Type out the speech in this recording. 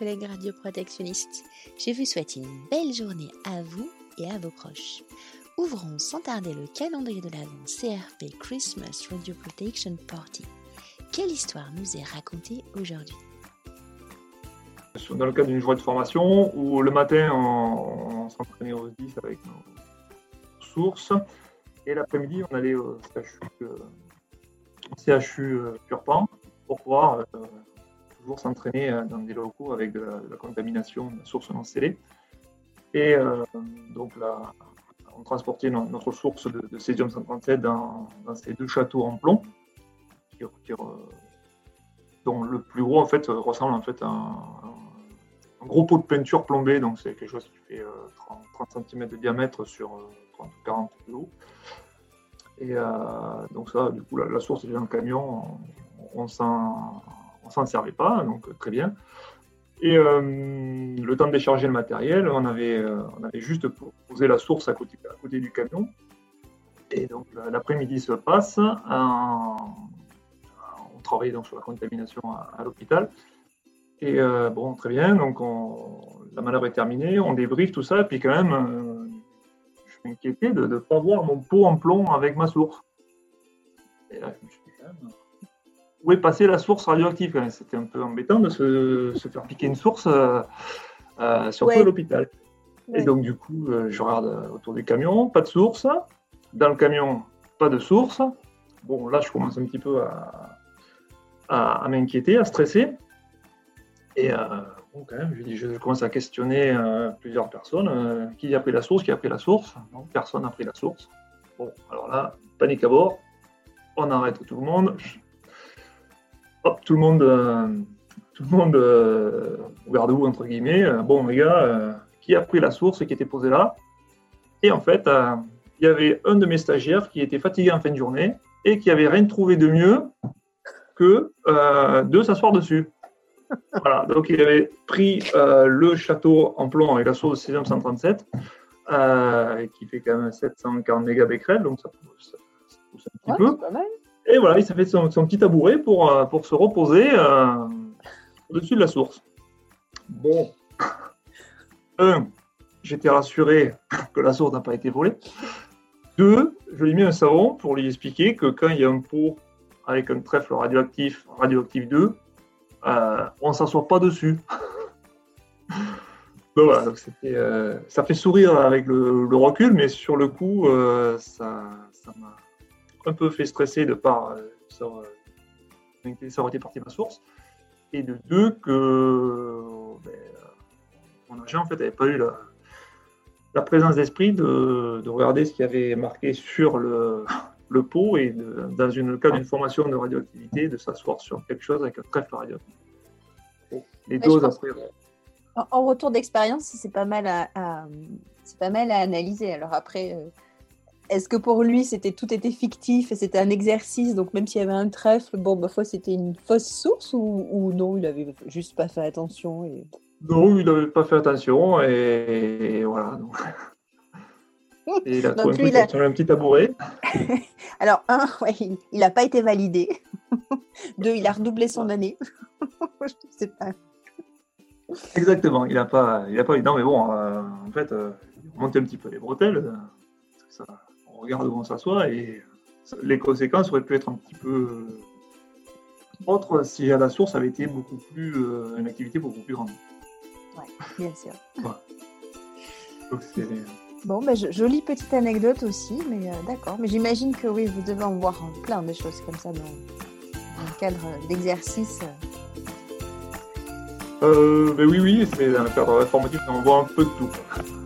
collègues radioprotectionnistes. Je vous souhaite une belle journée à vous et à vos proches. Ouvrons sans tarder le calendrier de l'Avent CRP Christmas Radio Protection Party. Quelle histoire nous est racontée aujourd'hui? Dans le cadre d'une journée de formation où le matin on s'entraînait au 10 avec nos sources et l'après-midi on allait au CHU Purpan pour pouvoir toujours s'entraîner dans des locaux avec de la contamination de sources non scellées. Et donc là, on transportait notre source de césium 137 dans ces deux châteaux en plomb, dont le plus gros en fait ressemble en fait à un gros pot de peinture plombé, donc c'est quelque chose qui fait 30 cm de diamètre sur 30 ou 40 de haut. Et donc ça, du coup, la source était dans le camion, on s'en servait pas, donc très bien. Et le temps de décharger le matériel, on avait juste posé la source à côté du camion. Et donc l'après-midi se passe, on travaillait donc sur la contamination à l'hôpital. Et bon, très bien, donc la manœuvre est terminée, on débriefe tout ça, et puis quand même, je m'inquiétais de ne pas voir mon pot en plomb avec ma source. Et là, je me suis dit, quand même, où est passée la source radioactive quand même. C'était un peu embêtant de se faire piquer une source, surtout à l'hôpital. Ouais. Et donc, du coup, je regarde autour du camion, pas de source. Dans le camion, pas de source. Bon, là, je commence un petit peu à m'inquiéter, à stresser. Et bon, quand même, je commence à questionner plusieurs personnes. Qui a pris la source? Non, personne n'a pris la source. Bon, alors là, panique à bord. On arrête tout le monde. Hop, tout le monde garde-vous, entre guillemets. Bon, les gars, qui a pris la source qui était posée là? Et en fait, il y avait un de mes stagiaires qui était fatigué en fin de journée et qui avait rien trouvé de mieux que de s'asseoir dessus. Voilà, donc il avait pris le château en plomb avec la source de césium 137, qui fait quand même 740 mégabecquerels, donc ça pousse un petit peu. C'est pas mal. Et voilà, il s'est fait son petit tabouret pour se reposer au-dessus de la source. Bon, j'étais rassuré que la source n'a pas été volée. 2, je lui ai mis un savon pour lui expliquer que quand il y a un pot avec un trèfle radioactif 2, on ne s'assoit pas dessus. Donc voilà, donc ça fait sourire avec le recul, mais sur le coup, ça m'a un peu fait stresser de par ça aurait été parti ma source. Et de 2, que mon agent en fait n'avait pas eu la présence d'esprit de regarder ce qu'il y avait marqué sur le pot et dans le cas d'une formation de radioactivité, de s'asseoir sur quelque chose avec un trèfle radioactif. Bon, les doses après. En retour d'expérience, c'est pas mal à analyser. Alors après, est-ce que pour lui tout était fictif et c'était un exercice, donc même s'il y avait un trèfle, bon, ma foi, c'était une fausse source ou non, il avait juste pas fait attention et... Non, il n'avait pas fait attention et voilà. Donc. Et il a trouvé un petit tabouret. Alors, il n'a pas été validé. 2, il a redoublé son année. Je ne sais pas. Exactement, il n'a pas eu. Non, mais bon, en fait, monter un petit peu les bretelles, on regarde où on s'assoit et les conséquences auraient pu être un petit peu autres si la source avait été une activité beaucoup plus grande. Oui, bien sûr. Voilà. Donc, c'est... Bon, jolie petite anecdote aussi, mais d'accord. Mais j'imagine que oui, vous devez en voir plein de choses comme ça dans le cadre d'exercices. Oui, c'est dans le cadre informatique, on voit un peu de tout.